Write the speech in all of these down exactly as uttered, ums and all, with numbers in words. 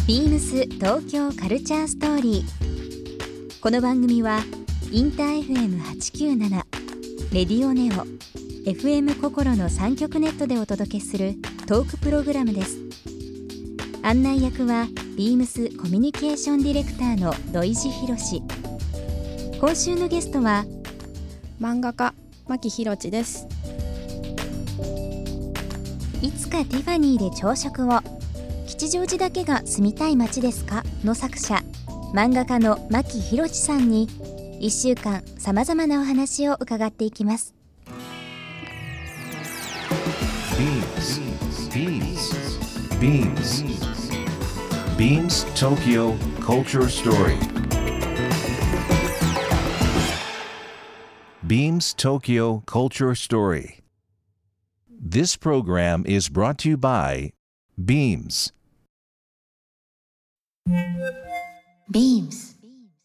ビームス東京カルチャーストーリー。この番組はインター エフエムはちきゅうなな、レディオネオ、エフエム 心のさん局ネットでお届けするトークプログラムです。案内役はビームスコミュニケーションディレクターの土井博志。今週のゲストは漫画家牧博知です。 いつかティファニーで朝食を、吉祥寺だけが住みたい街ですかの作者、漫画家の牧博知さんにいっしゅうかんさまざまなお話を伺っていきます。 ビームス ビームス ビームス Tokyo Culture Story。 ビームス Tokyo Culture Story. This program is brought to you by Beams。 ビームス、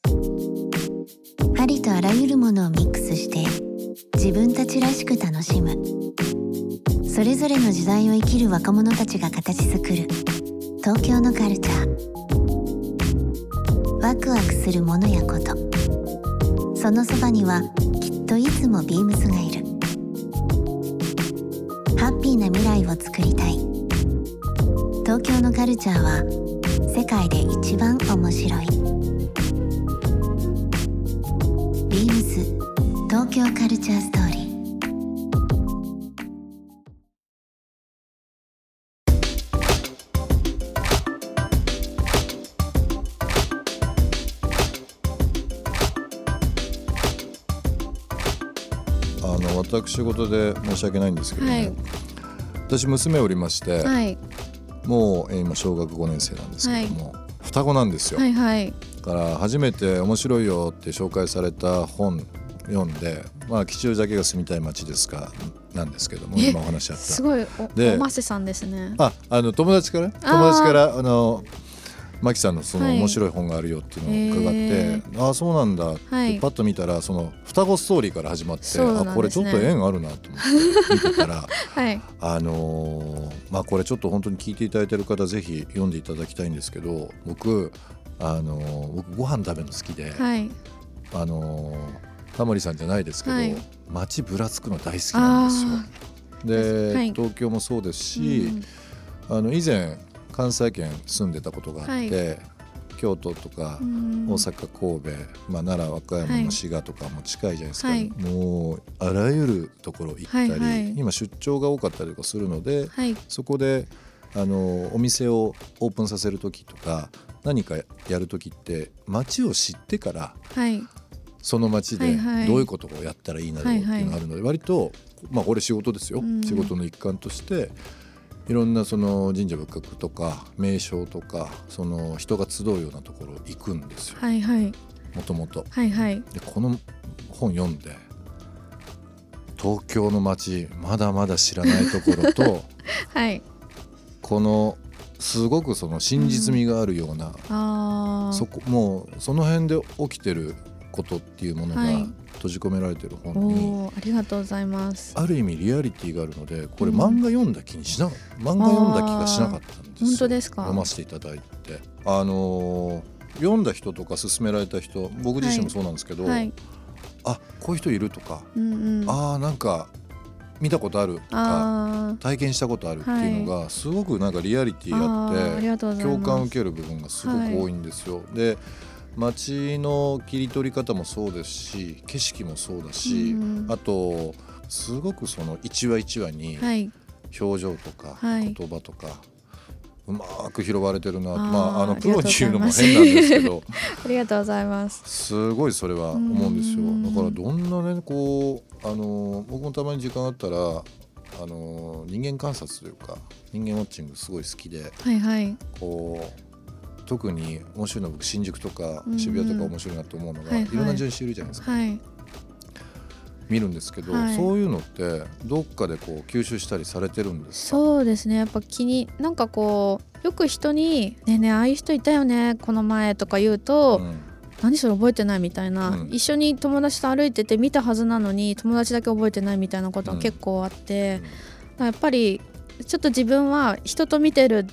ありとあらゆるものをミックスして自分たちらしく楽しむ、それぞれの時代を生きる若者たちが形作る東京のカルチャー。ワクワクするものやこと、そのそばにはきっといつもビームスがいる。ハッピーな未来を作りたい。東京のカルチャーは世界で一番面白い。ビームス東京カルチャーストーリー。 あの私事で申し訳ないんですけどね、はい、私娘おりまして、はい、もう今小学ごねん生なんですけども、はい、双子なんですよ、はいはい、だから初めて面白いよって紹介された本読んで、まあ、吉祥寺だけが住みたい街ですかなんですけども、今お話しあったすごい お, おませさんですね。 ああの友達から友達からあのマキさんのその面白い本があるよっていうのを伺って、はい、ああそうなんだってパッと見たら、その双子ストーリーから始まって、はい、あこれちょっと縁あるなと思って見てたら、はい、あのー、まあこれちょっと本当に聞いていただいている方ぜひ読んでいただきたいんですけど、僕あのー、僕ご飯食べるの好きで、はい、あのー、タモリさんじゃないですけど、はい、街ぶらつくの大好きなんですよ。で、はい、東京もそうですし、うん、あの以前関西圏住んでたことがあって、はい、京都とか大阪、神戸、まあ、奈良、和歌山の滋賀とかも近いじゃないですか、はい、もうあらゆるところ行ったり、はいはい、今出張が多かったりとかするので、はい、そこであのお店をオープンさせる時とか何かやる時って街を知ってから、はい、その街でどういうことをやったらいいなっていうのがあるので、割と、まあ、これ仕事ですよ、うん、仕事の一環としていろんなその神社仏閣とか名所とかその人が集うようなところ行くんですよ、はいはい、もともと、はいはい、でこの本読んで東京の街まだまだ知らないところと、はい、このすごくその真実味があるような、うん、あそこもうその辺で起きてることっていうものが閉じ込められてる本に、 はい、ありがとうございます。 ある意味リアリティがあるので、これ漫画読んだ気にしな、うん、漫画読んだ気がしなかったんですよ。 本当ですか。 読ませていただいて、あのー、読んだ人とか勧められた人、僕自身もそうなんですけど、はいはい、あこういう人いるとか、うんうん、あなんか見たことあるとか体験したことあるっていうのがすごくなんかリアリティあって共感を受ける部分がすごく多いんですよ、はい、で街の切り取り方もそうですし景色もそうだし、うん、あとすごくその一話一話に表情とか言葉とかうまく拾われてるな、はい、まあ、あのプロに言うのも変なんですけどありがとうございます。 すごいそれは思うんですよ。だからどんなねこうあの僕もたまに時間あったらあの人間観察というか人間ウォッチングすごい好きで、はいはい、こう特に面白いのは僕新宿とか渋谷とか面白いなと思うのが、うんはいはい、いろんな人種いるじゃないですか、はい、見るんですけど、はい、そういうのってどっかでこう吸収したりされてるんですか？ そうですね、やっぱ気になんかこうよく人にねえねえああいう人いたよねこの前とか言うと、うん、何それ覚えてないみたいな、うん、一緒に友達と歩いてて見たはずなのに友達だけ覚えてないみたいなことが結構あって、うん、やっぱりちょっと自分は人と見てる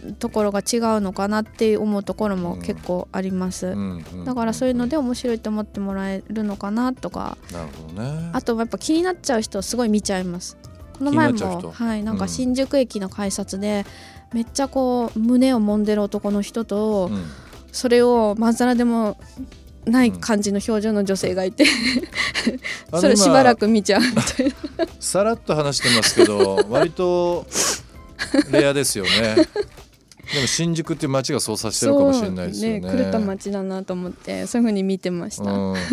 ところが違うのかなって思うところも結構あります、うんうん、だからそういうので面白いと思ってもらえるのかなとか。 なるほどね。 あとやっぱ気になっちゃう人すごい見ちゃいます。この前も、はい、なんか新宿駅の改札で、うん、めっちゃこう胸を揉んでる男の人と、うん、それをまんざらでもない感じの表情の女性がいて、うん、それしばらく見ちゃうみたいなさらっと話してますけど割とレアですよね。でも新宿っていう街がそうさせてるかもしれないですよね。 そうね、狂った街だなと思ってそういう風に見てました、うん、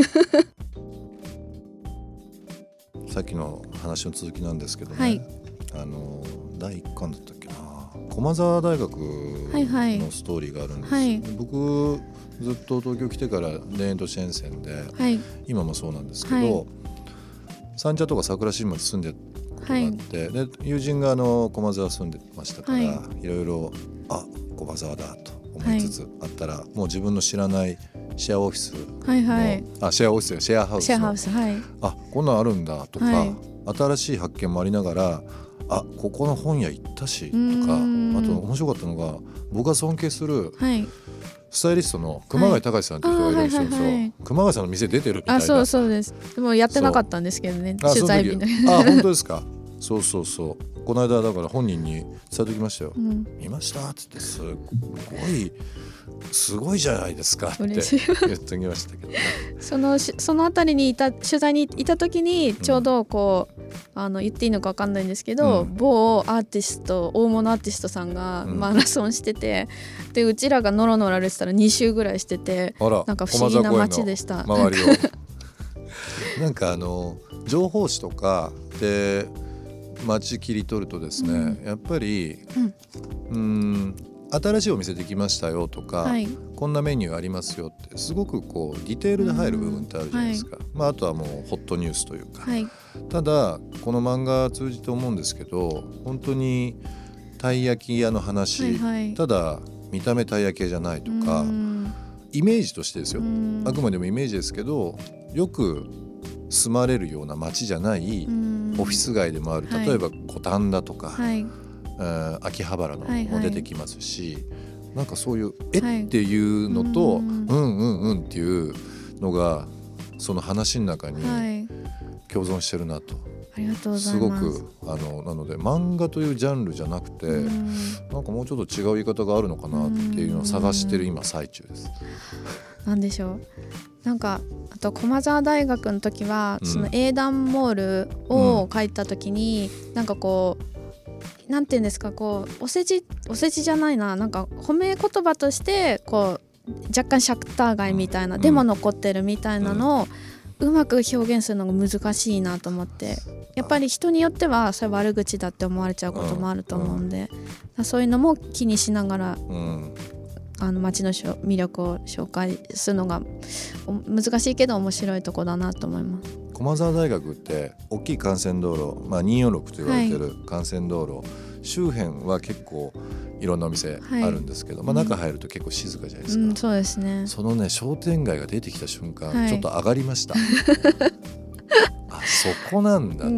さっきの話の続きなんですけどね、 はい、 あのだいいっかんだったっけな、駒澤大学のストーリーがあるんです、はいはい、僕ずっと東京来てから田園都市沿線で、はい、今もそうなんですけど、はい、三茶とか桜新町住んでことがあって、はい、で友人があの駒澤住んでましたから、はい、いろいろあ駒澤だと思いつつ、はい、あったらもう自分の知らないシェアオフィスの、はいはい、あシェアオフィスよシェアハウスのシェアハウス、はい、あこんなんあるんだとか、はい、新しい発見もありながらあここの本屋行ったしとか、あと面白かったのが僕が尊敬する、はい、スタイリストの熊谷隆さんっていう人がいるんですよ、はいはいはいはい、熊谷さんの店出てるみたいな。 あそうそうです。でもやってなかったんですけどね、取材日のあ本当ですか。そうそうそう、この間だから本人に伝えてきましたよ、うん、見ましたって言ってすごいすごいじゃないですかって言ってきましたけど、ね、 そのそのあたりにいた取材にいた時にちょうどこう、うん、あの言っていいのか分かんないんですけど、うん、某アーティスト大物アーティストさんがマラソンしてて、うん、でうちらがノロノロ歩いてたらに周ぐらいしてて、なんか不思議な街でした。 周りをなんかあの情報誌とかで街切り取るとですね、うん、やっぱり、うん、うーん新しいお店できましたよとか、はい、こんなメニューありますよってすごくこうディテールで入る部分ってあるじゃないですか、うんはい、まあ、あとはもうホットニュースというか、はい、ただこの漫画通じて思うんですけど本当にたい焼き屋の話、はいはい、ただ見た目たい焼き屋じゃないとか、うん、イメージとしてですよ、うん、あくまでもイメージですけどよく住まれるような街じゃないオフィス街でもある、例えば五反田とか、はい、秋葉原のも出てきますし、はいはい、なんかそういうえ、はい、っていうのとうんうんうんっていうのがその話の中に共存してるなと、 ありがとうございます。 すごくあのなので漫画というジャンルじゃなくてなんかもうちょっと違う言い方があるのかなっていうのを探してる今最中です。 なんでしょう、なんかあと駒澤大学の時は、うん、その英断モールを書いた時に、うん、なんかこうなんていうんですか、こうお世辞お世辞じゃないな、なんか褒め言葉としてこう若干シャッター街みたいな、うん、でも残ってるみたいなのを、うん、うまく表現するのが難しいなと思って、やっぱり人によってはそれ悪口だって思われちゃうこともあると思うんで、うん、そういうのも気にしながら、うん、あの街の魅力を紹介するのが難しいけど面白いとこだなと思います。 駒澤大学って大きい幹線道路、まあ、にーよんろくと言われてる幹線道路、はい、周辺は結構いろんなお店あるんですけど、はい、まあ、中入ると結構静かじゃないですか、 うん、そうですね。 そのね商店街が出てきた瞬間、はい、ちょっと上がりましたあそこなんだと、うん、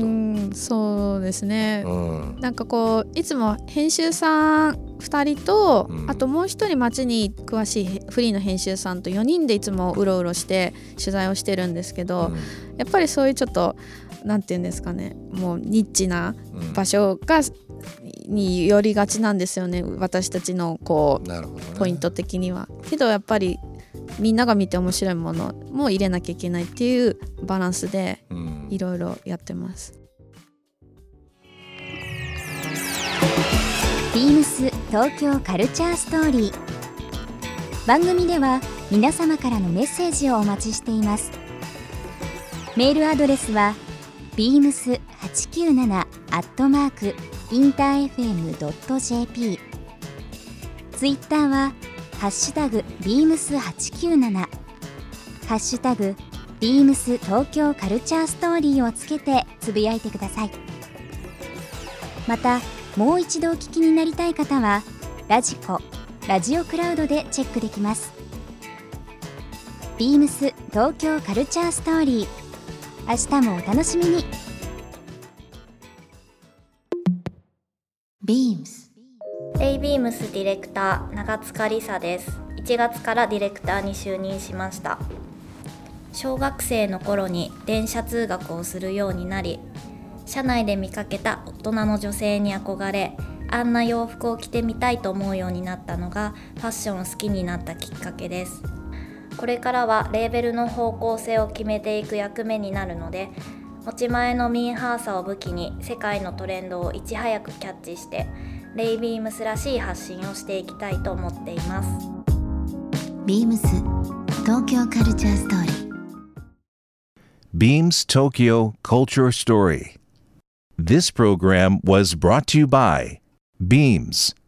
そうですね、うん、なんかこういつも編集さんふたりと、うん、あともう一人街に詳しいフリーの編集さんとよにんでいつもうろうろして取材をしてるんですけど、うん、やっぱりそういうちょっとなんていうんですかね、もうニッチな場所が、うん、に寄りがちなんですよね、私たちのこう、ね、ポイント的には。けどやっぱりみんなが見て面白いものも入れなきゃいけないっていうバランスでいろいろやってます。 ビームス東京カルチャーストーリー。番組では皆様からのメッセージをお待ちしています。メールアドレスは ビームスはちきゅうなな アットマーク インターエフエム ドット ジェーピー、 ツイッターはハッシュタグ ビームスはちきゅうなな、 ハッシュタグ ビームス東京カルチャーストーリーをつけてつぶやいてください。またもう一度お聞きになりたい方はラジコ、ラジオクラウドでチェックできます。ビームス東京カルチャーストーリー、明日もお楽しみに。 ビームス エレイビームスディレクター長塚理沙です。いちがつからディレクターに就任しました。小学生の頃に電車通学をするようになり、車内で見かけた大人の女性に憧れ、あんな洋服を着てみたいと思うようになったのがファッションを好きになったきっかけです。これからはレーベルの方向性を決めていく役目になるので、持ち前のミーハーさを武器に世界のトレンドをいち早くキャッチしてレイビームスらしい発信をしていきたいと思っています。 ビームス東京カルチャーストーリー Beams Tokyo Culture Story. This program was brought to you by Beams.